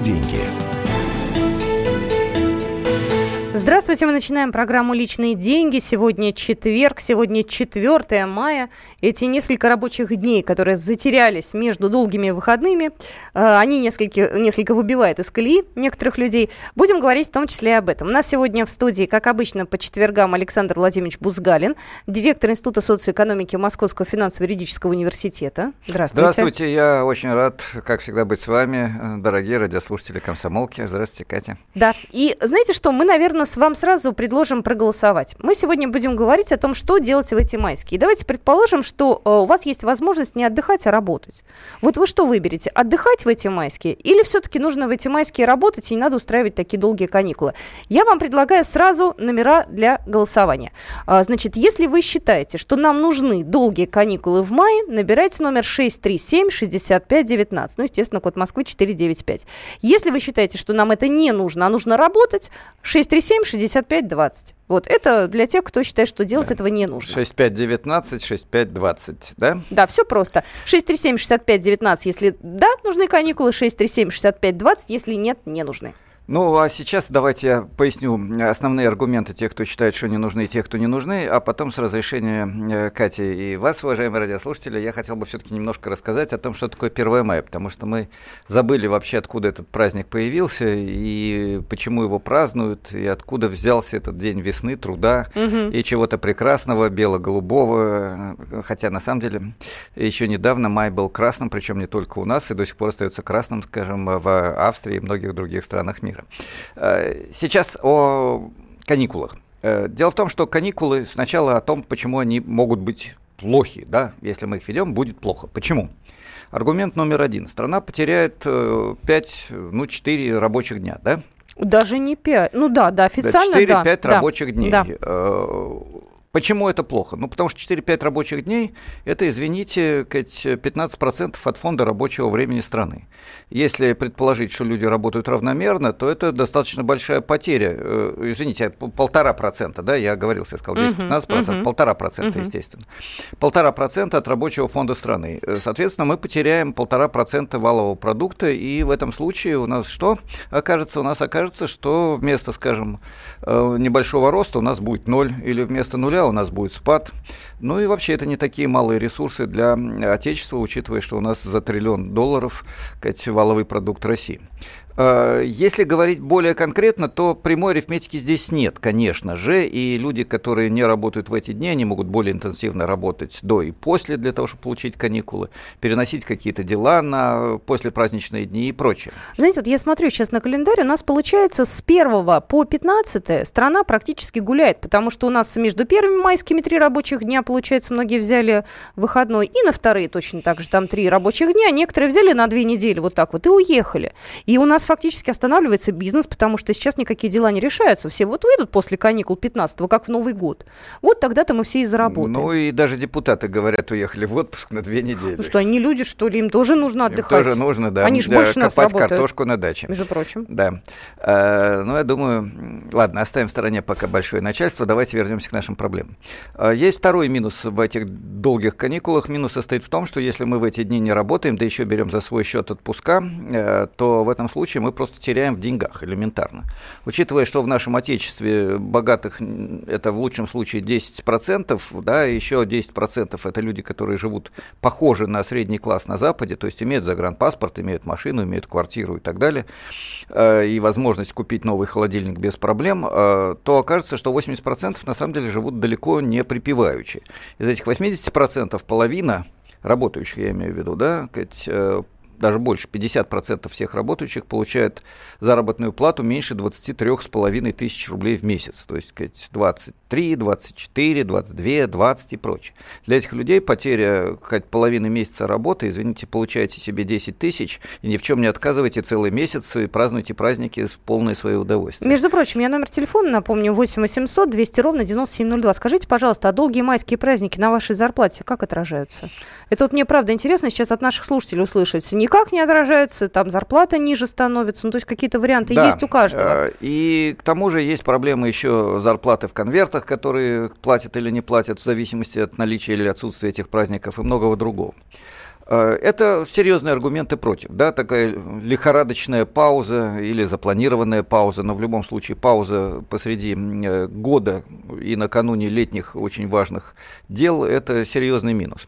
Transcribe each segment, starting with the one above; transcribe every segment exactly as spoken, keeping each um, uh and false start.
деньги». Здравствуйте, мы начинаем программу «Личные деньги». Сегодня четверг, сегодня четвёртое мая. Эти несколько рабочих дней, которые затерялись между долгими выходными, они несколько, несколько выбивают из колеи некоторых людей. Будем говорить в том числе и об этом. У нас сегодня в студии, как обычно, по четвергам Александр Владимирович Бузгалин, директор Института социоэкономики Московского финансово-юридического университета. Здравствуйте. Здравствуйте, я очень рад, как всегда, быть с вами, дорогие радиослушатели «Комсомолки». Здравствуйте, Катя. Да, и знаете что, мы, наверное, вам сразу предложим проголосовать. Мы сегодня будем говорить о том, что делать в эти майские. Давайте предположим, что э, у вас есть возможность не отдыхать, а работать. Вот вы что выберете? Отдыхать в эти майские или все-таки нужно в эти майские работать и не надо устраивать такие долгие каникулы? Я вам предлагаю сразу номера для голосования. А, значит, если вы считаете, что нам нужны долгие каникулы в мае, набирайте номер шесть три семь шестьдесят пять девятнадцать. Ну, естественно, код Москвы четыреста девяносто пять. Если вы считаете, что нам это не нужно, а нужно работать, шесть три семь шестьдесят пять двадцать. Вот, это для тех, кто считает, что делать да. этого не нужно. шесть пять девятнадцать, шесть пять двадцать, да? Да, все просто. шесть три семь шестьдесят пять девятнадцать, если да, нужны каникулы, шесть три семь шестьдесят пять двадцать, если нет, не нужны. Ну, а сейчас давайте я поясню основные аргументы тех, кто считает, что не нужны, и тех, кто не нужны, а потом с разрешения Кати и вас, уважаемые радиослушатели, я хотел бы все-таки немножко рассказать о том, что такое первое мая, потому что мы забыли вообще, откуда этот праздник появился, и почему его празднуют, и откуда взялся этот день весны, труда, угу. и чего-то прекрасного, бело-голубого, хотя на самом деле еще недавно май был красным, причем не только у нас, и до сих пор остается красным, скажем, в Австрии и многих других странах мира. Сейчас о каникулах. Дело в том, что каникулы сначала о том, почему они могут быть плохи, да, если мы их ведем, будет плохо. Почему? Аргумент номер один. Страна потеряет пять, ну, четыре рабочих дня, да? Даже не пять. Ну да, да, официально да. четыре-пять да, рабочих дней. Да. Почему это плохо? Ну, потому что четыре-пять рабочих дней – это, извините, пятнадцать процентов от фонда рабочего времени страны. Если предположить, что люди работают равномерно, то это достаточно большая потеря. Извините, полтора процента, да, я оговорился, я сказал десять-пятнадцать процентов, uh-huh. полтора процента, uh-huh. естественно. Полтора процента от рабочего фонда страны. Соответственно, мы потеряем полтора процента валового продукта, и в этом случае у нас что окажется? У нас окажется, что вместо, скажем, небольшого роста у нас будет ноль, или вместо нуля у нас будет спад. Ну и вообще это не такие малые ресурсы для отечества, учитывая, что у нас за триллион долларов валовый продукт России. Если говорить более конкретно, то прямой арифметики здесь нет, конечно же, и люди, которые не работают в эти дни, они могут более интенсивно работать до и после для того, чтобы получить каникулы, переносить какие-то дела на послепраздничные дни и прочее. Знаете, вот я смотрю сейчас на календарь, у нас получается с первого по пятнадцатое страна практически гуляет, потому что у нас между первыми майскими три рабочих дня, получается, многие взяли выходной, и на вторые точно так же, там три рабочих дня, некоторые взяли на две недели вот так вот и уехали. И у нас фактически останавливается бизнес, потому что сейчас никакие дела не решаются. Все вот выйдут после каникул пятнадцатого, как в Новый год. Вот тогда-то мы все и заработаем. Ну и даже депутаты, говорят, уехали в отпуск на две недели. Ну что, они люди, что ли? Им тоже нужно отдыхать. Им тоже нужно, да. Они же больше нас работают. Копать картошку на даче. Между прочим. Да. А, ну, я думаю, ладно, оставим в стороне пока большое начальство. Давайте вернемся к нашим проблемам. А, есть второй минус в этих долгих каникулах. Минус состоит в том, что если мы в эти дни не работаем, да еще берем за свой счет отпуска, то в этом случае мы просто теряем в деньгах элементарно. Учитывая, что в нашем отечестве богатых это в лучшем случае десять процентов, да, еще десять процентов это люди, которые живут похожи на средний класс на Западе, то есть имеют загранпаспорт, имеют машину, имеют квартиру и так далее, и возможность купить новый холодильник без проблем, то окажется, что восемьдесят процентов на самом деле живут далеко не припеваючи. Из этих восемьдесят процентов половина работающих, я имею в виду, да, даже больше, пятьдесят процентов всех работающих получают заработную плату меньше двадцать три с половиной тысяч рублей в месяц. То есть двадцать три, двадцать четыре, двадцать два, двадцать и прочее. Для этих людей потеря хоть половины месяца работы, извините, получаете себе десять тысяч и ни в чем не отказывайте целый месяц и празднуйте праздники в полное свое удовольствие. Между прочим, я номер телефона напомню, восемь восемьсот двести ровно девяносто семь ноль два. Скажите, пожалуйста, а долгие майские праздники на вашей зарплате как отражаются? Это вот мне правда интересно сейчас от наших слушателей услышать. Никак не отражается, там зарплата ниже становится, ну то есть какие-то варианты да. есть у каждого. И к тому же есть проблемы еще зарплаты в конвертах, которые платят или не платят в зависимости от наличия или отсутствия этих праздников и многого другого. Это серьезные аргументы против, да, такая лихорадочная пауза или запланированная пауза, но в любом случае пауза посреди года и накануне летних очень важных дел – это серьезный минус.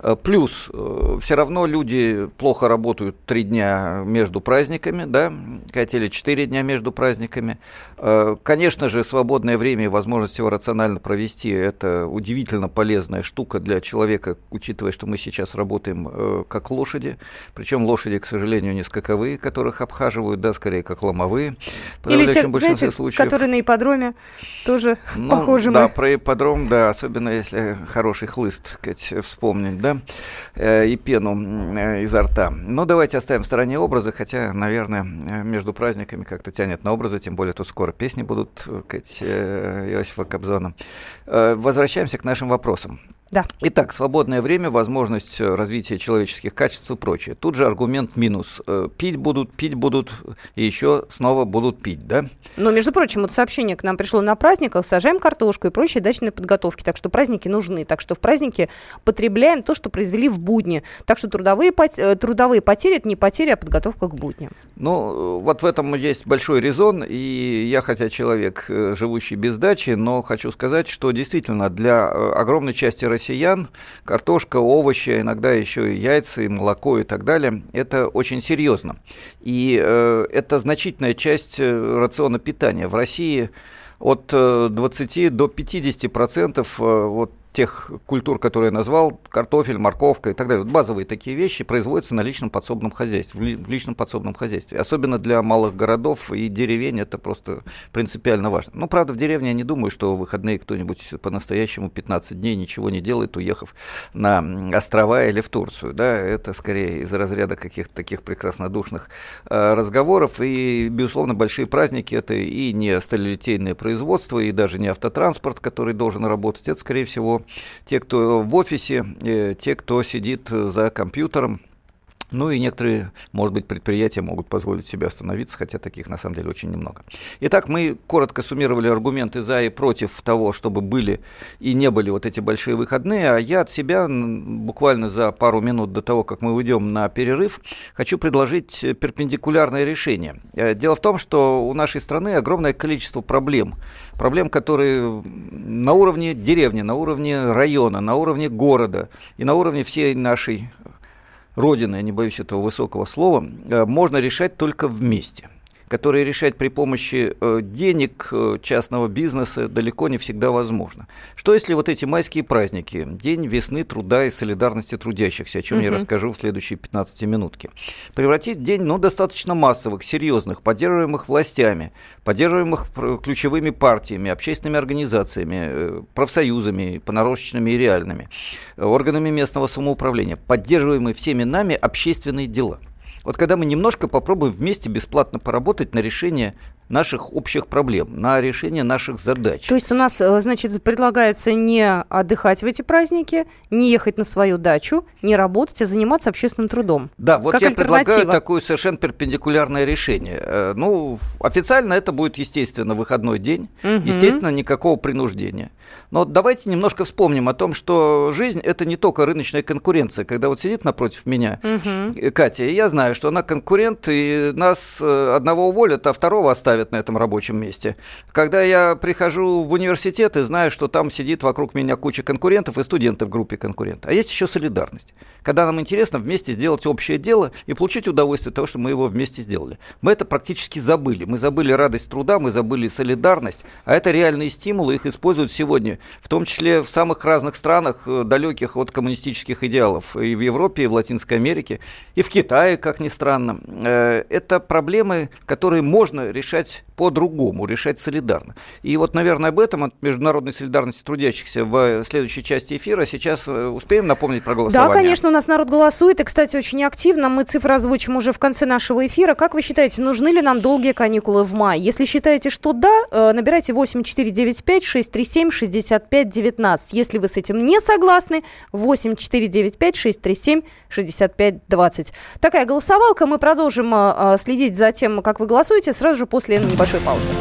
Плюс все равно люди плохо работают три дня между праздниками, да, хотели четыре дня между праздниками. Конечно же, свободное время и возможность его рационально провести – это удивительно полезная штука для человека, учитывая, что мы сейчас работаем как лошади, причем лошади, к сожалению, не скаковые, которых обхаживают, да, скорее как ломовые. Или те, знаете, случаев. Которые на ипподроме тоже ну, похожи. Да, мы. Про ипподром, да, особенно если хороший хлыст, так сказать, вспомнить, да, э, и пену э, изо рта. Но давайте оставим в стороне образы, хотя, наверное, между праздниками как-то тянет на образы, тем более тут скоро песни будут, так сказать, э, Иосифа Кобзона. Э, возвращаемся к нашим вопросам. Да. Итак, свободное время, возможность развития человеческих качеств и прочее. Тут же аргумент минус. Пить будут, пить будут, и еще снова будут пить, да? Но, между прочим, вот сообщение к нам пришло на праздниках, сажаем картошку и прочие дачные подготовки, так что праздники нужны, так что в праздники потребляем то, что произвели в будни, так что трудовые, трудовые потери – это не потери, а подготовка к будням. Ну, вот в этом есть большой резон, и я, хотя человек, живущий без дачи, но хочу сказать, что действительно для огромной части России россиян картошка, овощи, иногда еще и яйца, и молоко и так далее, это очень серьезно. И э, это значительная часть рациона питания. В России от двадцати до пятидесяти процентов э, вот, тех культур, которые я назвал, картофель, морковка и так далее, вот базовые такие вещи производятся на личном подсобном хозяйстве, в, ли, в личном подсобном хозяйстве. Особенно для малых городов и деревень это просто принципиально важно. Ну, правда, в деревне я не думаю, что в выходные кто-нибудь по-настоящему пятнадцать дней ничего не делает, уехав на острова или в Турцию. Да? Это скорее из разряда каких-то таких прекраснодушных э, разговоров. И, безусловно, большие праздники – это и не сталелитейное производство, и даже не автотранспорт, который должен работать. Это, скорее всего, те, кто в офисе, э, те, кто сидит за компьютером. Ну и некоторые, может быть, предприятия могут позволить себе остановиться, хотя таких на самом деле очень немного. Итак, мы коротко суммировали аргументы за и против того, чтобы были и не были вот эти большие выходные, а я от себя буквально за пару минут до того, как мы уйдем на перерыв, хочу предложить перпендикулярное решение. Дело в том, что у нашей страны огромное количество проблем. Проблем, которые на уровне деревни, на уровне района, на уровне города и на уровне всей нашей Родины, я не боюсь этого высокого слова, можно решать только вместе, которые решать при помощи денег частного бизнеса далеко не всегда возможно. Что если вот эти майские праздники, День весны, труда и солидарности трудящихся, о чем uh-huh. я расскажу в следующие пятнадцати минутки, превратить в день, ну, достаточно массовых, серьезных, поддерживаемых властями, поддерживаемых ключевыми партиями, общественными организациями, профсоюзами, понарошечными и реальными, органами местного самоуправления, поддерживаемые всеми нами общественные дела. Вот когда мы немножко попробуем вместе бесплатно поработать на решение наших общих проблем, на решение наших задач. То есть у нас, значит, предлагается не отдыхать в эти праздники, не ехать на свою дачу, не работать, а заниматься общественным трудом. Да, вот как я предлагаю такое совершенно перпендикулярное решение. Ну, официально это будет, естественно, выходной день, угу. естественно, никакого принуждения. Но давайте немножко вспомним о том, что жизнь – это не только рыночная конкуренция. Когда вот сидит напротив меня угу. Катя, и я знаю, что она конкурент, и нас одного уволят, а второго оставят на этом рабочем месте. Когда я прихожу в университет и знаю, что там сидит вокруг меня куча конкурентов и студенты в группе конкурентов. А есть еще солидарность. Когда нам интересно вместе сделать общее дело и получить удовольствие от того, что мы его вместе сделали. Мы это практически забыли. Мы забыли радость труда, мы забыли солидарность, а это реальные стимулы, их используют сегодня, в том числе в самых разных странах, далеких от коммунистических идеалов, и в Европе, и в Латинской Америке, и в Китае, как ни странно. Это проблемы, которые можно решать по-другому, решать солидарно. И вот, наверное, об этом, от международной солидарности трудящихся в следующей части эфира. Сейчас успеем напомнить про голосование? Да, конечно, у нас народ голосует, и, кстати, очень активно. Мы цифры озвучим уже в конце нашего эфира. Как вы считаете, нужны ли нам долгие каникулы в мае? Если считаете, что да, набирайте восемь четыре девять пять шесть три семь шестьдесят пять девятнадцать. Если вы с этим не согласны, восемь четыре девять пять шесть три семь шестьдесят пять двадцать. Такая голосовалка. Мы продолжим следить за тем, как вы голосуете, сразу же после небольшой паузы.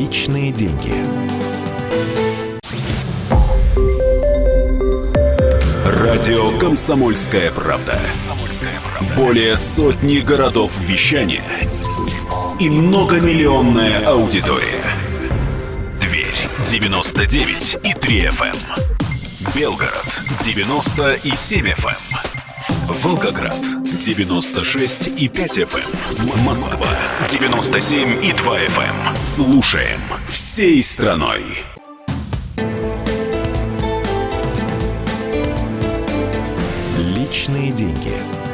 Личные деньги. Радио «Комсомольская правда». Более сотни городов вещания и многомиллионная аудитория. Тверь девяносто девять и три эф эм. Белгород девяносто и семь эф эм. Волгоград девяносто шесть и пять эф эм. Москва девяносто семь и два эф эм. Слушаем всей страной. Личные деньги.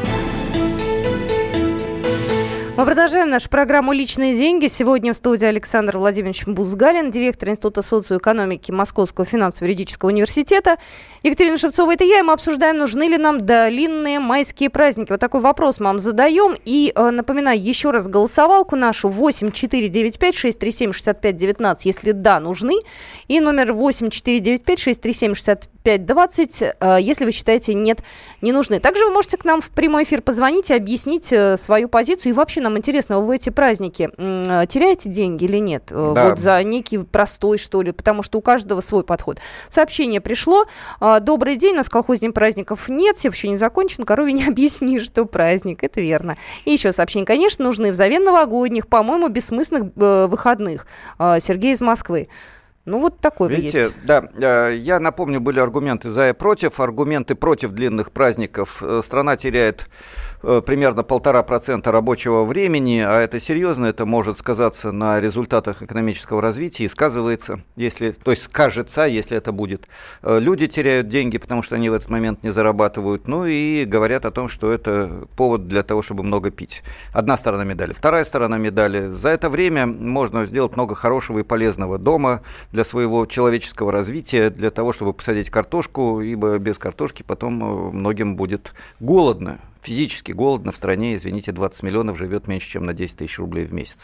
Мы продолжаем нашу программу «Личные деньги». Сегодня в студии Александр Владимирович Бузгалин, директор Института социоэкономики Московского финансово-юридического университета. Екатерина Шевцова, это я, и мы обсуждаем, нужны ли нам длинные майские праздники. Вот такой вопрос мы вам задаем. И э, напоминаю еще раз голосовалку нашу восемь четыре девять пять шесть три семь шесть пять один девять, если да, нужны. И номер восемь четыре девять пять шесть три семь шесть пять двадцать, э, если вы считаете нет, не нужны. Также вы можете к нам в прямой эфир позвонить и объяснить э, свою позицию. И вообще нам интересно, вы в эти праздники м, теряете деньги или нет? Да. Вот за некий простой, что ли, потому что у каждого свой подход. Сообщение пришло. Добрый день, у нас колхозных праздников нет, все еще не закончен, корове не объясни, что праздник, это верно. И еще сообщение, конечно, нужны взамен новогодних, по-моему, бессмысленных э, выходных. Сергей из Москвы. Ну, вот такой Видите, есть. Да, я напомню, были аргументы за и против. Аргументы против длинных праздников. Страна теряет примерно полтора процента рабочего времени, а это серьезно, это может сказаться на результатах экономического развития и сказывается, если, то есть скажется, если это будет. Люди теряют деньги, потому что они в этот момент не зарабатывают, ну и говорят о том, что это повод для того, чтобы много пить. Одна сторона медали. Вторая сторона медали. За это время можно сделать много хорошего и полезного дома, для своего человеческого развития, для того, чтобы посадить картошку, ибо без картошки потом многим будет голодно, физически голодно в стране, извините, двадцать миллионов живет меньше, чем на десять тысяч рублей в месяц.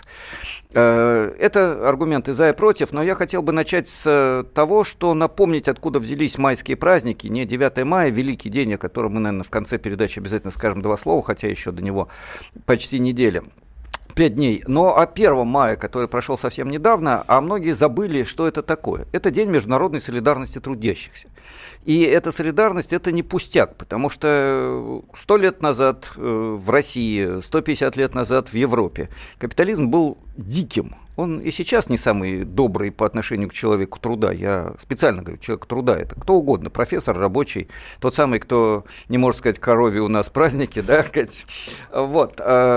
Это аргументы за и против, но я хотел бы начать с того, что напомнить, откуда взялись майские праздники. Не девятое мая, великий день, о котором мы, наверное, в конце передачи обязательно скажем два слова, хотя еще до него почти неделя. Пять дней. Но о первом мая, который прошел совсем недавно, а многие забыли, что это такое. Это День международной солидарности трудящихся. И эта солидарность – это не пустяк, потому что сто лет назад в России, сто пятьдесят лет назад в Европе капитализм был диким. Он и сейчас не самый добрый по отношению к человеку труда. Я специально говорю, человек труда – это кто угодно, профессор, рабочий, тот самый, кто не может сказать корове у нас праздники, да, вот.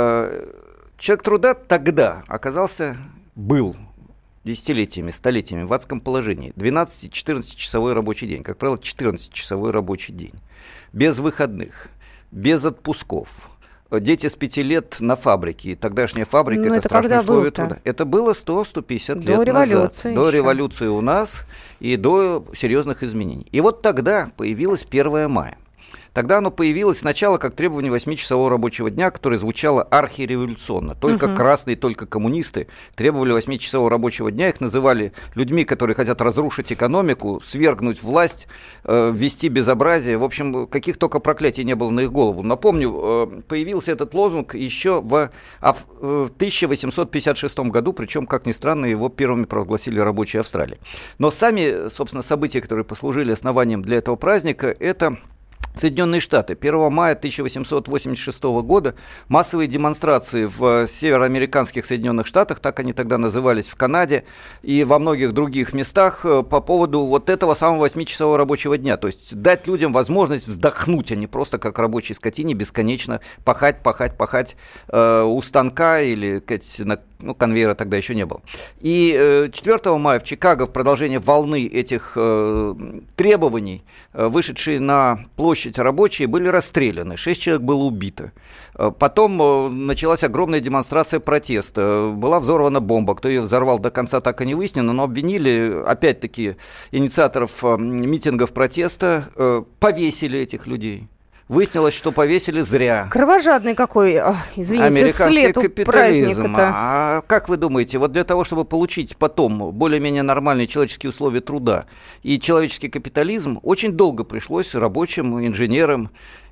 Человек труда тогда оказался, был десятилетиями, столетиями в адском положении. двенадцати-четырнадцатичасовой рабочий день, как правило, четырнадцатичасовой рабочий день. Без выходных, без отпусков. Дети с пяти лет на фабрике. И тогдашняя фабрика – это, это страшные условия труда. Это было сто - сто пятьдесят лет назад. До революции. До революции у нас и до серьезных изменений. И вот тогда появилось первое мая. Тогда оно появилось сначала как требование восьмичасового рабочего дня, которое звучало архиреволюционно. Только uh-huh. красные, только коммунисты требовали восьмичасового рабочего дня. Их называли людьми, которые хотят разрушить экономику, свергнуть власть, э, ввести безобразие. В общем, каких только проклятий не было на их голову. Напомню, э, появился этот лозунг еще в, а, в тысяча восемьсот пятьдесят шестом году, причем, как ни странно, его первыми провозгласили рабочие Австралии. Но сами, собственно, события, которые послужили основанием для этого праздника, это Соединенные Штаты. первого мая тысяча восемьсот восемьдесят шестого года массовые демонстрации в североамериканских Соединенных Штатах, так они тогда назывались, в Канаде и во многих других местах по поводу вот этого самого восьмичасового рабочего дня. То есть дать людям возможность вздохнуть, а не просто как рабочей скотине бесконечно пахать, пахать, пахать э, у станка или на Ну, конвейера тогда еще не было. И э, четвёртого мая в Чикаго в продолжение волны этих э, требований, э, вышедшие на площадь рабочие, были расстреляны. Шесть человек было убито. Э, потом э, началась огромная демонстрация протеста. Была взорвана бомба. Кто ее взорвал, до конца так и не выяснено, но обвинили, опять-таки, инициаторов э, митингов протеста, э, повесили этих людей. Выяснилось, что повесили зря. Кровожадный какой, извините, след у праздника-то. А как вы думаете, вот для того, чтобы получить потом более-менее нормальные человеческие условия труда и человеческий капитализм, очень долго пришлось рабочим, инженерам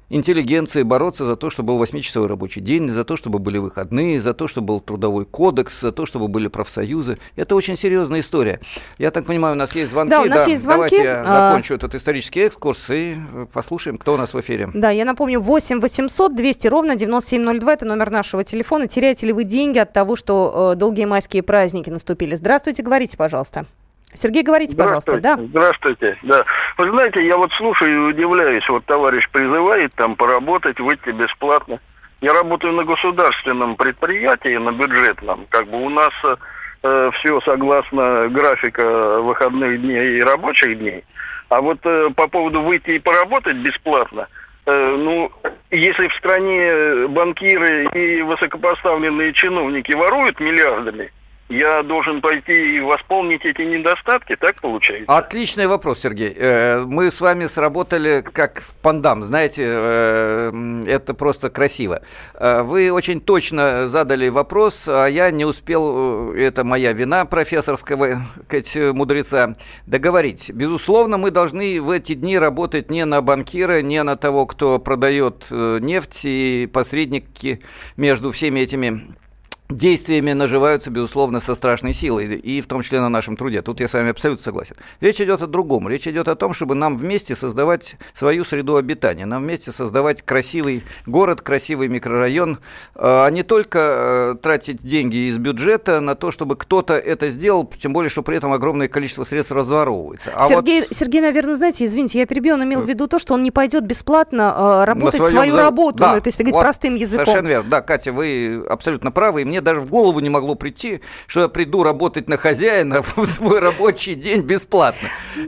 интеллигенции бороться за то, чтобы был восьмичасовой рабочий день, за то, чтобы были выходные, за то, чтобы был трудовой кодекс, за то, чтобы были профсоюзы. Это очень серьезная история. Я так понимаю, у нас есть звонки. Да, у нас да, есть звонки. Давайте я закончу а... этот исторический экскурс и послушаем, кто у нас в эфире. Да, я напомню, восемь восемьсот двести ровно девяносто семь ноль два, это номер нашего телефона. Теряете ли вы деньги от того, что э, долгие майские праздники наступили? Здравствуйте, говорите, пожалуйста. Сергей, говорите, пожалуйста, да? Здравствуйте, да. Вы знаете, я вот слушаю и удивляюсь, вот товарищ призывает там поработать, выйти бесплатно. Я работаю на государственном предприятии, на бюджетном, как бы у нас э, все согласно графика выходных дней и рабочих дней. А вот э, по поводу выйти и поработать бесплатно, э, ну, если в стране банкиры и высокопоставленные чиновники воруют миллиардами, я должен пойти и восполнить эти недостатки, так получается? Отличный вопрос, Сергей. Мы с вами сработали как в пандам, знаете, это просто красиво. Вы очень точно задали вопрос, а я не успел, это моя вина профессорского, сказать, мудреца, договорить. Безусловно, мы должны в эти дни работать не на банкира, не на того, кто продает нефть, и посредники между всеми этими действиями наживаются, безусловно, со страшной силой, и в том числе на нашем труде. Тут я с вами абсолютно согласен. Речь идет о другом. Речь идет о том, чтобы нам вместе создавать свою среду обитания, нам вместе создавать красивый город, красивый микрорайон, а не только тратить деньги из бюджета на то, чтобы кто-то это сделал, тем более, что при этом огромное количество средств разворовывается. А Сергей, вот... Сергей, наверное, знаете, извините, я перебью, он имел в виду то, что он не пойдет бесплатно э, работать своем... свою работу, да, ну, это, если говорить вот простым языком. Совершенно верно. Да, Катя, вы абсолютно правы, и мне даже в голову не могло прийти, что я приду работать на хозяина в свой рабочий день бесплатно.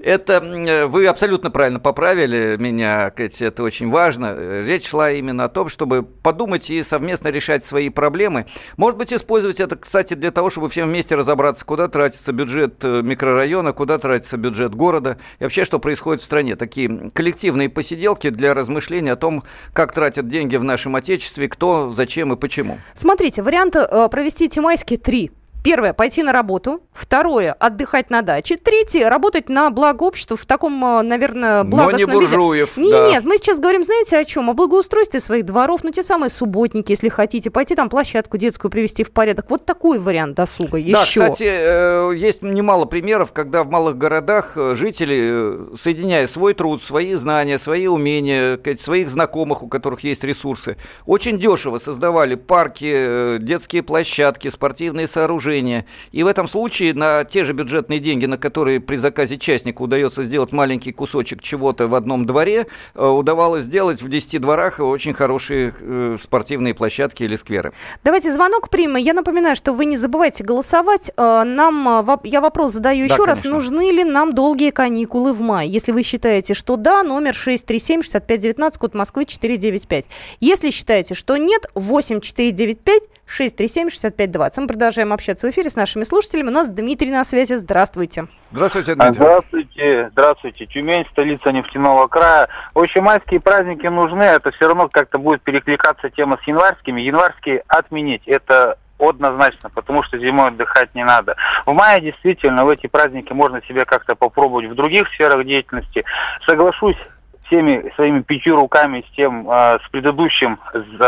Это вы абсолютно правильно поправили меня, Катя, это очень важно. Речь шла именно о том, чтобы подумать и совместно решать свои проблемы. Может быть, использовать это, кстати, для того, чтобы всем вместе разобраться, куда тратится бюджет микрорайона, куда тратится бюджет города, и вообще, что происходит в стране. Такие коллективные посиделки для размышления о том, как тратят деньги в нашем Отечестве, кто, зачем и почему. Смотрите, варианты э, провести эти майские три. Первое – пойти на работу. Второе – отдыхать на даче. Третье – работать на благо общества в таком, наверное, благостном виде. Но не буржуев, виде. да. Нет, мы сейчас говорим, знаете, о чем? О благоустройстве своих дворов, ну, те самые субботники, если хотите, пойти там площадку детскую привести в порядок. Вот такой вариант досуга еще. Да, кстати, есть немало примеров, когда в малых городах жители, соединяя свой труд, свои знания, свои умения, своих знакомых, у которых есть ресурсы, очень дешево создавали парки, детские площадки, спортивные сооружения. И в этом случае на те же бюджетные деньги, на которые при заказе частнику удается сделать маленький кусочек чего-то в одном дворе, удавалось сделать в десяти дворах очень хорошие спортивные площадки или скверы. Давайте звонок примем. Я напоминаю, что вы не забывайте голосовать. Нам, я вопрос задаю еще да, раз. Конечно. Нужны ли нам долгие каникулы в мае? Если вы считаете, что да, номер шесть три семь шесть пять один девять, код Москвы четыре девять пять. Если считаете, что нет, восемь четыре девять пять шесть три семь шесть пять двадцать. Мы продолжаем общаться в эфире с нашими слушателями. У нас Дмитрий на связи. Здравствуйте. Здравствуйте, Дмитрий. Здравствуйте. Здравствуйте. Тюмень, столица нефтяного края. В общем, майские праздники нужны. Это все равно как-то будет перекликаться тема с январскими. Январские отменить. Это однозначно, потому что зимой отдыхать не надо. В мае действительно в эти праздники можно себя как-то попробовать в других сферах деятельности. Соглашусь всеми своими пятью руками с тем, э, с предыдущим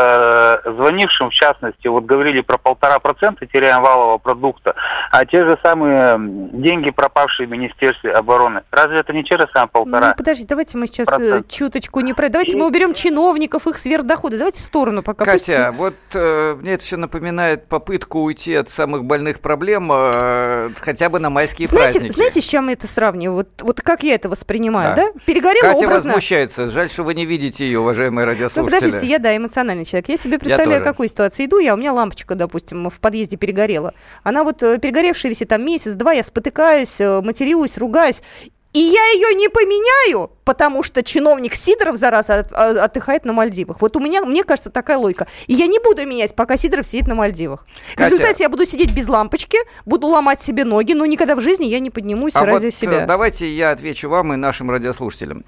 э, звонившим, в частности, вот говорили про полтора процента теряем валового продукта, а те же самые деньги, пропавшие в Министерстве обороны. Разве это не те же самые полтора? Ну, подождите, давайте мы сейчас процент. чуточку не про... Давайте И... мы уберем чиновников, их сверхдоходы. Давайте в сторону пока. Катя, пусть... вот э, мне это все напоминает попытку уйти от самых больных проблем э, хотя бы на майские знаете, праздники. Знаете, с чем я это сравниваю? Вот, вот как я это воспринимаю, да? да? Перегорела Катя образно... возмущается. Жаль, что вы не видите ее, уважаемые радиослушатели. Ну, подождите, я, да, эмоциональный человек. Я себе представляю, какую ситуацию иду я, у меня лампочка, допустим, в подъезде перегорела. Она вот перегоревшая висит там месяц-два, я спотыкаюсь, матерюсь, ругаюсь. И я ее не поменяю, потому что чиновник Сидоров, зараза, отдыхает на Мальдивах. Вот у меня, мне кажется, такая логика. И я не буду менять, пока Сидоров сидит на Мальдивах. В Катя, результате я буду сидеть без лампочки, буду ломать себе ноги, но никогда в жизни я не поднимусь а ради вот себя. Давайте я отвечу вам и нашим радиослушателям.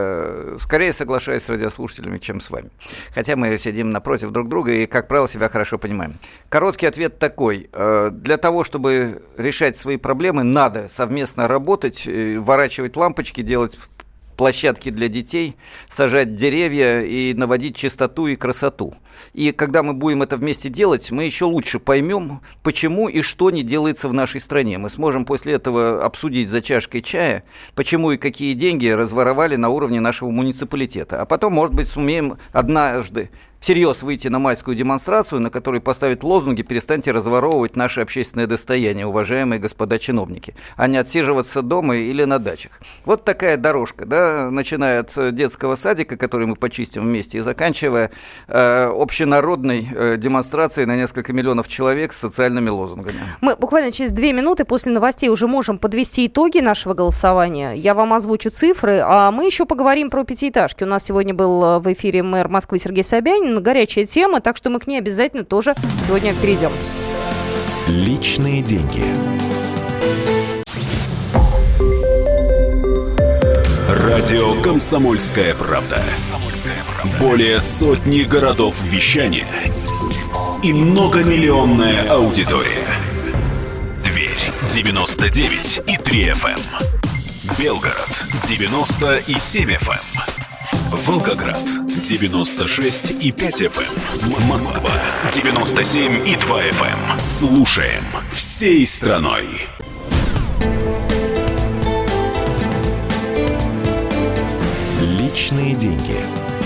Скорее соглашаюсь с радиослушателями, чем с вами. Хотя мы сидим напротив друг друга и, как правило, себя хорошо понимаем. Короткий ответ такой. Для того, чтобы решать свои проблемы, надо совместно работать, ворачивать лампочки, делать площадки для детей, сажать деревья и наводить чистоту и красоту. И когда мы будем это вместе делать, мы еще лучше поймем, почему и что не делается в нашей стране. Мы сможем после этого обсудить за чашкой чая, почему и какие деньги разворовали на уровне нашего муниципалитета. А потом, может быть, сумеем однажды всерьез выйти на майскую демонстрацию, на которой поставят лозунги «Перестаньте разворовывать наше общественное достояние, уважаемые господа чиновники», а не отсиживаться дома или на дачах. Вот такая дорожка, да, начиная от детского садика, который мы почистим вместе, и заканчивая э, общенародной э, демонстрацией на несколько миллионов человек с социальными лозунгами. Мы буквально через две минуты после новостей уже можем подвести итоги нашего голосования. Я вам озвучу цифры, а мы еще поговорим про пятиэтажки. У нас сегодня был в эфире мэр Москвы Сергей Собянин. Горячая тема, так что мы к ней обязательно тоже сегодня перейдем. Личные деньги. Радио «Комсомольская правда». Более сотни городов вещания и многомиллионная аудитория. Тверь девяносто девять и три эф эм. Белгород девяносто и семь эф эм. Волгоград девяносто шесть и пять эф эм. Москва девяносто семь и два эф эм. Слушаем всей страной. Личные деньги.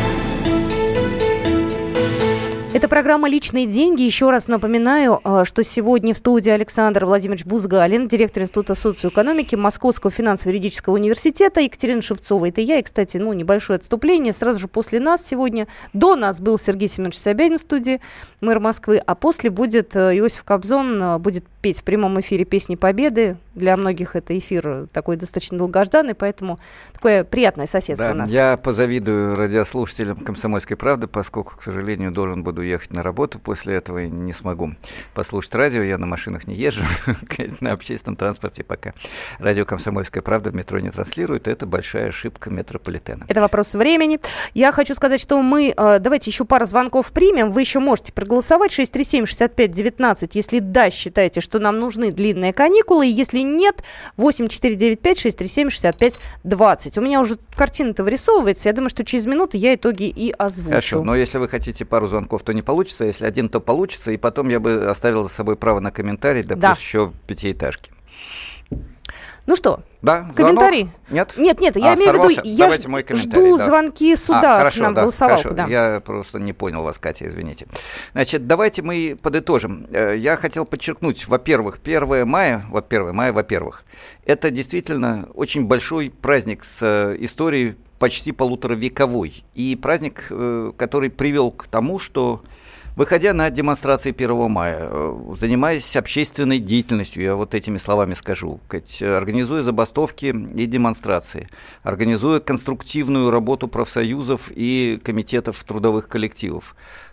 Это программа «Личные деньги». Еще раз напоминаю, что сегодня в студии Александр Владимирович Бузгалин, директор Института социоэкономики Московского финансово-юридического университета, Екатерина Шевцова. Это я. И, кстати, ну, небольшое отступление. Сразу же после нас сегодня, до нас был Сергей Семенович Собянин в студии, мэр Москвы, а после будет Иосиф Кобзон, будет петь в прямом эфире «Песни Победы». Для многих это эфир такой достаточно долгожданный, поэтому такое приятное соседство да, у нас. Я позавидую радиослушателям «Комсомольской правды», поскольку, к сожалению, должен буду ехать на работу после этого и не смогу послушать радио. Я на машинах не езжу, на общественном транспорте пока. Радио «Комсомольская правда» в метро не транслирует. Это большая ошибка метрополитена. Это вопрос времени. Я хочу сказать, что мы... Давайте еще пару звонков примем. Вы еще можете проголосовать. шесть три семь шесть пять один девять. Если да, считаете, что нам нужны длинные каникулы. Если нет, восемь четыре девять пять шесть три семь шесть пять двадцать. У меня уже картина-то вырисовывается. Я думаю, что через минуту я итоги и озвучу. Хорошо, но если вы хотите пару звонков, то не получится. Если один, то получится. И потом я бы оставил за собой право на комментарий, да, да. Плюс еще пятиэтажки. Ну что, да, комментарий? Нет? Нет, нет, я а, имею сорвался? в виду, я Давайте ж, мой комментарий, жду да. звонки суда а, хорошо, к нам, да, голосовалку. Да. Я просто не понял вас, Катя, извините. Значит, давайте мы подытожим. Я хотел подчеркнуть, во-первых, первое мая, вот первое мая, во-первых, это действительно очень большой праздник с историей почти полуторавековой. И праздник, который привел к тому, что... Выходя на демонстрации первого мая, занимаясь общественной деятельностью, я вот этими словами скажу, организуя забастовки и демонстрации, организуя конструктивную работу профсоюзов и комитетов трудовых коллективов,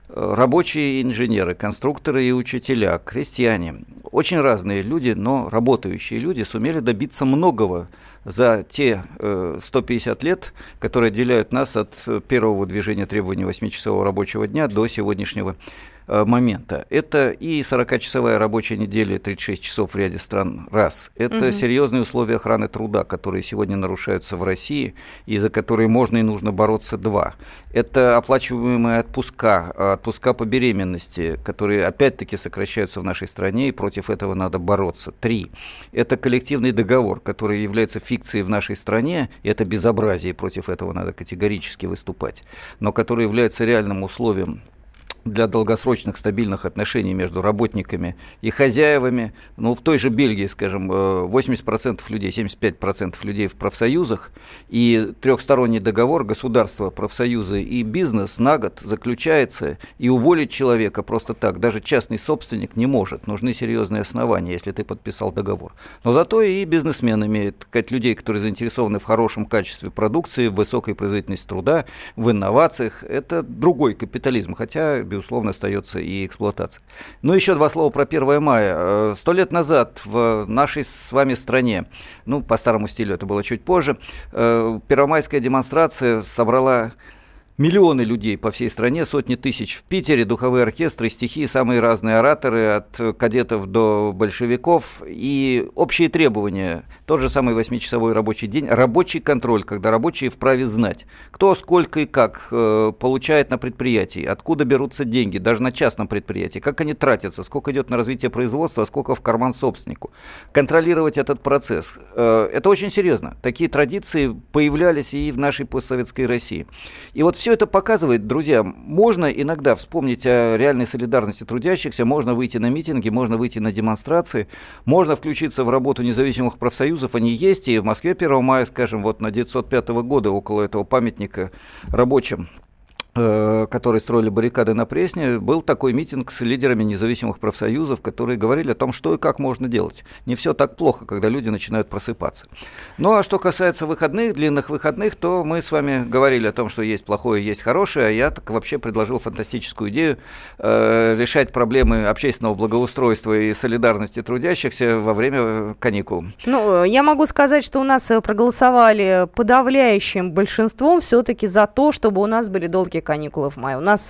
рабочие инженеры, конструкторы и учителя, крестьяне, очень разные люди, но работающие люди сумели добиться многого за те э, сто пятьдесят лет, которые отделяют нас от первого движения требований восьмичасового рабочего дня до сегодняшнего э, момента. Это и сорокачасовая рабочая неделя, тридцать шесть часов в ряде стран, раз. Это угу. серьезные условия охраны труда, которые сегодня нарушаются в России, и за которые можно и нужно бороться, два. Это оплачиваемые отпуска, отпуска по беременности, которые опять-таки сокращаются в нашей стране, и против этого надо бороться, три. Это коллективный договор, который является фикцией в нашей стране, и это безобразие, против этого надо категорически выступать, но который является реальным условием для долгосрочных стабильных отношений между работниками и хозяевами. Ну, в той же Бельгии, скажем, восемьдесят процентов людей, семьдесят пять процентов людей в профсоюзах, и трехсторонний договор государства, профсоюзы и бизнес на год заключается, и уволить человека просто так даже частный собственник не может. Нужны серьезные основания, если ты подписал договор. Но зато и бизнесмен имеет, сказать, людей, которые заинтересованы в хорошем качестве продукции, в высокой производительности труда, в инновациях. Это другой капитализм, хотя безусловно, остается и эксплуатация. Ну, еще два слова про первое мая. Сто лет назад в нашей с вами стране, ну, по старому стилю это было чуть позже, первомайская демонстрация собрала Миллионы людей по всей стране, сотни тысяч в Питере, духовые оркестры, стихи, самые разные ораторы, от кадетов до большевиков. И общие требования, тот же самый восьмичасовой рабочий день, рабочий контроль, когда рабочие вправе знать, кто, сколько и как э, получает на предприятии, откуда берутся деньги, даже на частном предприятии, как они тратятся, сколько идет на развитие производства, а сколько в карман собственнику. Контролировать этот процесс. Э, это очень серьезно. Такие традиции появлялись и в нашей постсоветской России. И вот все это показывает, друзья, можно иногда вспомнить о реальной солидарности трудящихся, можно выйти на митинги, можно выйти на демонстрации, можно включиться в работу независимых профсоюзов, они есть, и в Москве первого мая, скажем, вот на девятьсот пятого года около этого памятника рабочим, которые строили баррикады на Пресне, был такой митинг с лидерами независимых профсоюзов, которые говорили о том, что и как можно делать. Не все так плохо, когда люди начинают просыпаться. Ну, а что касается выходных, длинных выходных, то мы с вами говорили о том, что есть плохое, есть хорошее, а я так вообще предложил фантастическую идею э, решать проблемы общественного благоустройства и солидарности трудящихся во время каникул. Ну, я могу сказать, что у нас проголосовали подавляющим большинством все-таки за то, чтобы у нас были долгие каникулы в мае. У нас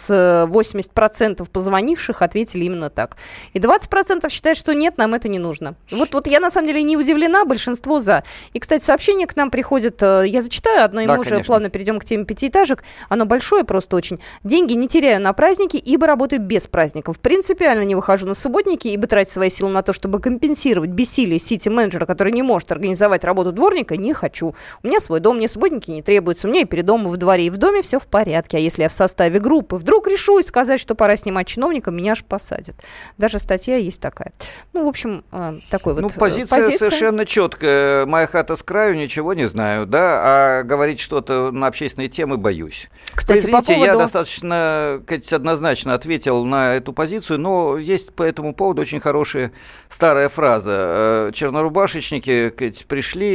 с восемьдесят процентов позвонивших ответили именно так. И двадцать процентов считают, что нет, нам это не нужно. Вот, вот я на самом деле не удивлена, большинство за. И, кстати, сообщение к нам приходит, я зачитаю одно, и да, мы конечно. уже плавно перейдем к теме пятиэтажек. Оно большое просто очень. Деньги не теряю на праздники, ибо работаю без праздников. Принципиально не выхожу на субботники, ибо тратить свои силы на то, чтобы компенсировать бессилие сити-менеджера, который не может организовать работу дворника, не хочу. У меня свой дом, мне субботники не требуются. У меня и перед домом, и в дворе, и в доме все в порядке. А если я в составе группы вдруг решусь сказать, что пора снимать чиновника, меня аж посадят. Даже статья есть такая. Ну, в общем, такой ну, вот позиция, позиция совершенно четкая. Моя хата с краю, ничего не знаю, да, а говорить что-то на общественные темы боюсь. Кстати, Извините, по поводу... я достаточно, сказать, однозначно ответил на эту позицию, но есть по этому поводу очень хорошая старая фраза. Чернорубашечники, сказать, пришли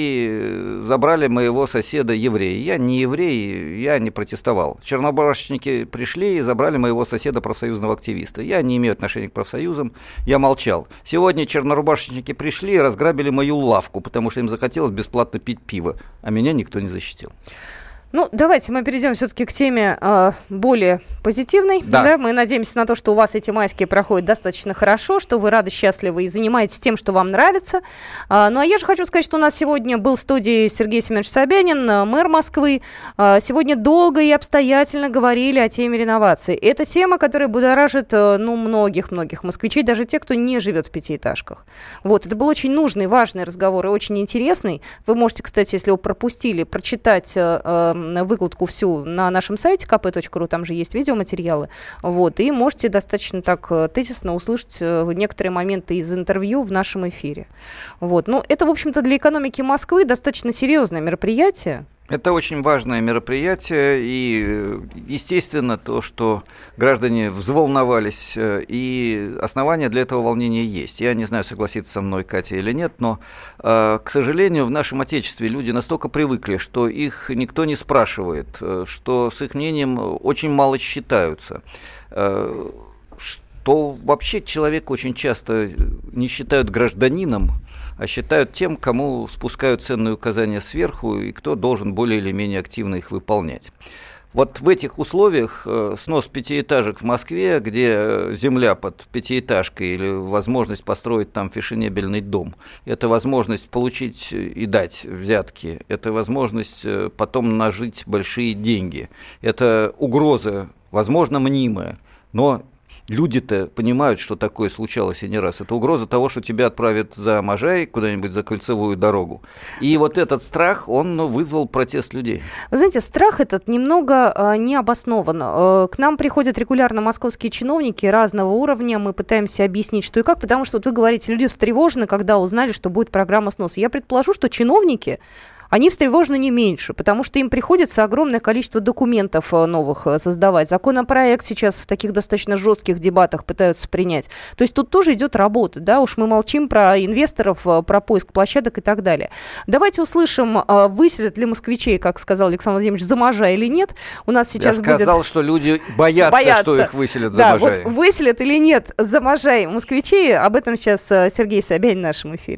и забрали моего соседа еврея. Я не еврей, я не протестовал. Чернобурашечники пришли и забрали моего соседа профсоюзного активиста. Я не имею отношения к профсоюзам, я молчал. Сегодня чернорубашечники пришли и разграбили мою лавку, потому что им захотелось бесплатно пить пиво, а меня никто не защитил. Ну, давайте мы перейдем все-таки к теме э, более позитивной. Да. Да, мы надеемся на то, что у вас эти майские проходят достаточно хорошо, что вы рады, счастливы и занимаетесь тем, что вам нравится. А, ну, а я же хочу сказать, что у нас сегодня был в студии Сергей Семенович Собянин, мэр Москвы. А, сегодня долго и обстоятельно говорили о теме реновации. Это тема, которая будоражит, ну, многих-многих москвичей, даже тех, кто не живет в пятиэтажках. Вот, это был очень нужный, важный разговор и очень интересный. Вы можете, кстати, если вы пропустили, прочитать... Э, выкладку всю на нашем сайте ка пэ точка ру, там же есть видеоматериалы, вот, и можете достаточно так тезисно услышать некоторые моменты из интервью в нашем эфире. Вот. Ну, это, в общем-то, для экономики Москвы достаточно серьезное мероприятие. Это очень важное мероприятие, и, естественно, то, что граждане взволновались, и основания для этого волнения есть. Я не знаю, согласится со мной Катя или нет, но, к сожалению, в нашем Отечестве люди настолько привыкли, что их никто не спрашивает, что с их мнением очень мало считаются, что вообще человека очень часто не считают гражданином, а считают тем, кому спускают ценные указания сверху и кто должен более или менее активно их выполнять. Вот в этих условиях э, снос пятиэтажек в Москве, где земля под пятиэтажкой или возможность построить там фешенебельный дом, это возможность получить и дать взятки, это возможность э, потом нажить большие деньги, это угроза, возможно, мнимая, но... Люди-то понимают, что такое случалось и не раз. Это угроза того, что тебя отправят за Можай, куда-нибудь за кольцевую дорогу. И вот этот страх, он вызвал протест людей. Вы знаете, страх этот немного э, не обоснован. Э, к нам приходят регулярно московские чиновники разного уровня. Мы пытаемся объяснить, что и как. Потому что, вот вы говорите, люди встревожены, когда узнали, что будет программа сноса. Я предположу, что чиновники... Они встревожены не меньше, потому что им приходится огромное количество документов новых создавать. Законопроект сейчас в таких достаточно жестких дебатах пытаются принять. То есть тут тоже идет работа, да, уж мы молчим про инвесторов, про поиск площадок и так далее. Давайте услышим, выселят ли москвичей, как сказал Александр Владимирович, за Можай или нет. У нас сейчас Я сказал, будет... что люди боятся, боятся, что их выселят за да, Можай. Вот выселят или нет за Можай москвичей, об этом сейчас Сергей Собянин в нашем эфире.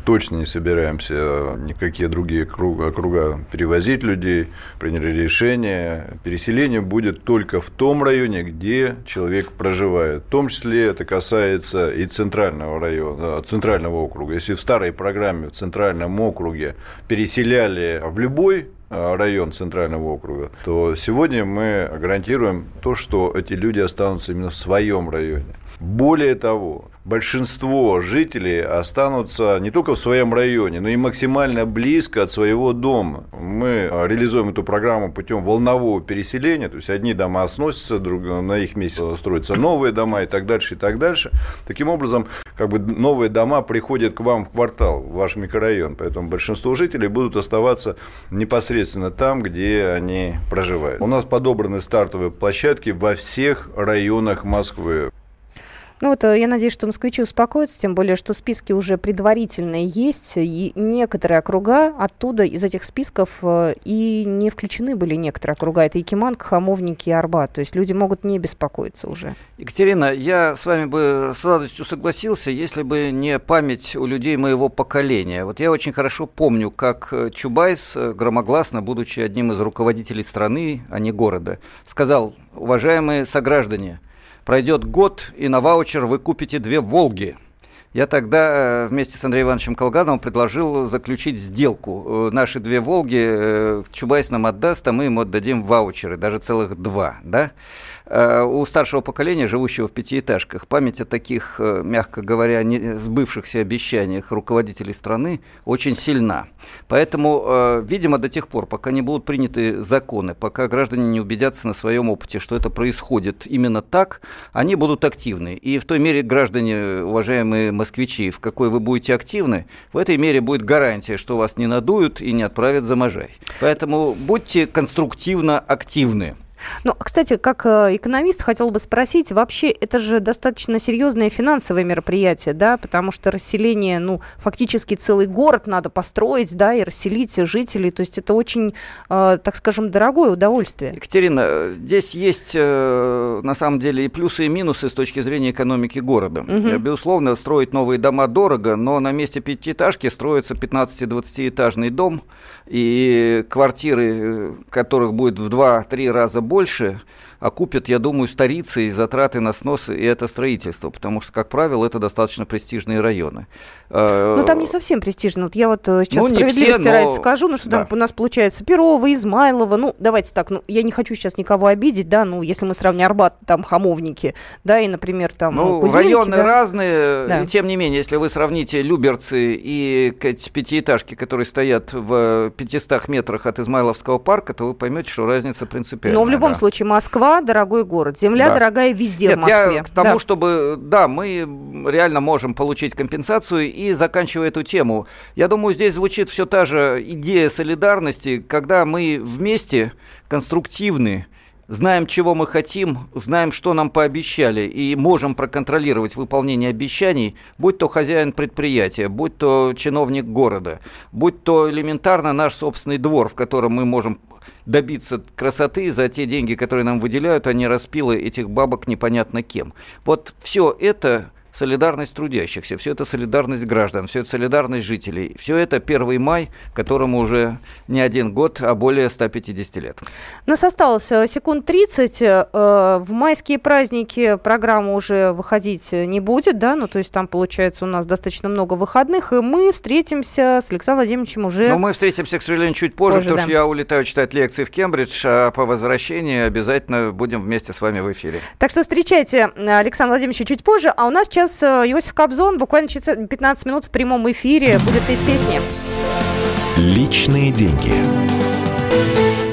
точно не собираемся никакие другие округа перевозить людей. Приняли решение. Переселение будет только в том районе, где человек проживает. В том числе это касается и центрального района, центрального округа. Если в старой программе в центральном округе переселяли в любой район центрального округа, то сегодня мы гарантируем то, что эти люди останутся именно в своем районе. Более того, большинство жителей останутся не только в своем районе, но и максимально близко от своего дома. Мы реализуем эту программу путем волнового переселения, то есть одни дома сносятся, друг, на их месте строятся новые дома и так дальше, и так дальше. Таким образом, как бы новые дома приходят к вам в квартал, в ваш микрорайон, поэтому большинство жителей будут оставаться непосредственно там, где они проживают. У нас подобраны стартовые площадки во всех районах Москвы. Ну вот, я надеюсь, что москвичи успокоятся, тем более, что списки уже предварительные есть, и некоторые округа оттуда, из этих списков, и не включены были некоторые округа. Это Якиманка, Хамовники и Арбат. То есть люди могут не беспокоиться уже. Екатерина, я с вами бы с радостью согласился, если бы не память у людей моего поколения. Вот я очень хорошо помню, как Чубайс, громогласно, будучи одним из руководителей страны, а не города, сказал: уважаемые сограждане, пройдет год, и на ваучер вы купите две «Волги». Я тогда вместе с Андреем Ивановичем Колгановым предложил заключить сделку. Наши две «Волги» Чубайс нам отдаст, а мы ему отдадим ваучеры, даже целых два, да? У старшего поколения, живущего в пятиэтажках, память о таких, мягко говоря, не сбывшихся обещаниях руководителей страны очень сильна. Поэтому, видимо, до тех пор, пока не будут приняты законы, пока граждане не убедятся на своем опыте, что это происходит именно так, они будут активны. И в той мере, граждане, уважаемые москвичи, в какой вы будете активны, в этой мере будет гарантия, что вас не надуют и не отправят за Можай. Поэтому будьте конструктивно активны. Ну, кстати, как экономист хотел бы спросить, вообще это же достаточно серьезное финансовое мероприятие, да, потому что расселение, ну, фактически целый город надо построить, да, и расселить жителей, то есть это очень, э, так скажем, дорогое удовольствие. Екатерина, здесь есть э, на самом деле и плюсы, и минусы с точки зрения экономики города. Угу. Безусловно, строить новые дома дорого, но на месте пятиэтажки строится пятнадцати-двадцатиэтажный дом, и квартиры, которых будет в два-три раза больше, окупят, я думаю, старицы и затраты на снос и это строительство, потому что, как правило, это достаточно престижные районы. Ну, там не совсем престижно. Вот я вот сейчас ну, справедливости все, ради но... скажу, ну, что да. Там у нас получается Перово, Измайлово, ну, давайте так, ну, я не хочу сейчас никого обидеть, да, ну, если мы сравним Арбат, там, Хамовники, да, и, например, там, ну, Кузнецки, районы да? разные, да. И тем не менее, если вы сравните Люберцы и пятиэтажки, которые стоят в пятистах метрах от Измайловского парка, то вы поймете, что разница принципиальная. Но в любом да. случае Москва дорогой город, земля да. дорогая везде. Нет, в Москве. Я к тому, да. чтобы, да, мы реально можем получить компенсацию. И заканчивая эту тему, я думаю, здесь звучит все та же идея солидарности, когда мы вместе конструктивны, знаем, чего мы хотим, знаем, что нам пообещали, и можем проконтролировать выполнение обещаний, будь то хозяин предприятия, будь то чиновник города, будь то элементарно наш собственный двор, в котором мы можем добиться красоты за те деньги, которые нам выделяют, а не распилы этих бабок непонятно кем. Вот все это солидарность трудящихся, все это солидарность граждан, все это солидарность жителей. Все это первый май, которому уже не один год, а более ста пятидесяти лет. У нас осталось секунд тридцать. В майские праздники программа уже выходить не будет, да? Ну, то есть там, получается, у нас достаточно много выходных, и мы встретимся с Александром Владимировичем уже... Но мы встретимся, к сожалению, чуть позже, позже потому да. что я улетаю читать лекции в Кембридж, а по возвращении обязательно будем вместе с вами в эфире. Так что встречайте Александра Владимировича чуть позже, а у нас сейчас Иосиф Кобзон, буквально через пятнадцать минут в прямом эфире будет петь песни. Личные деньги.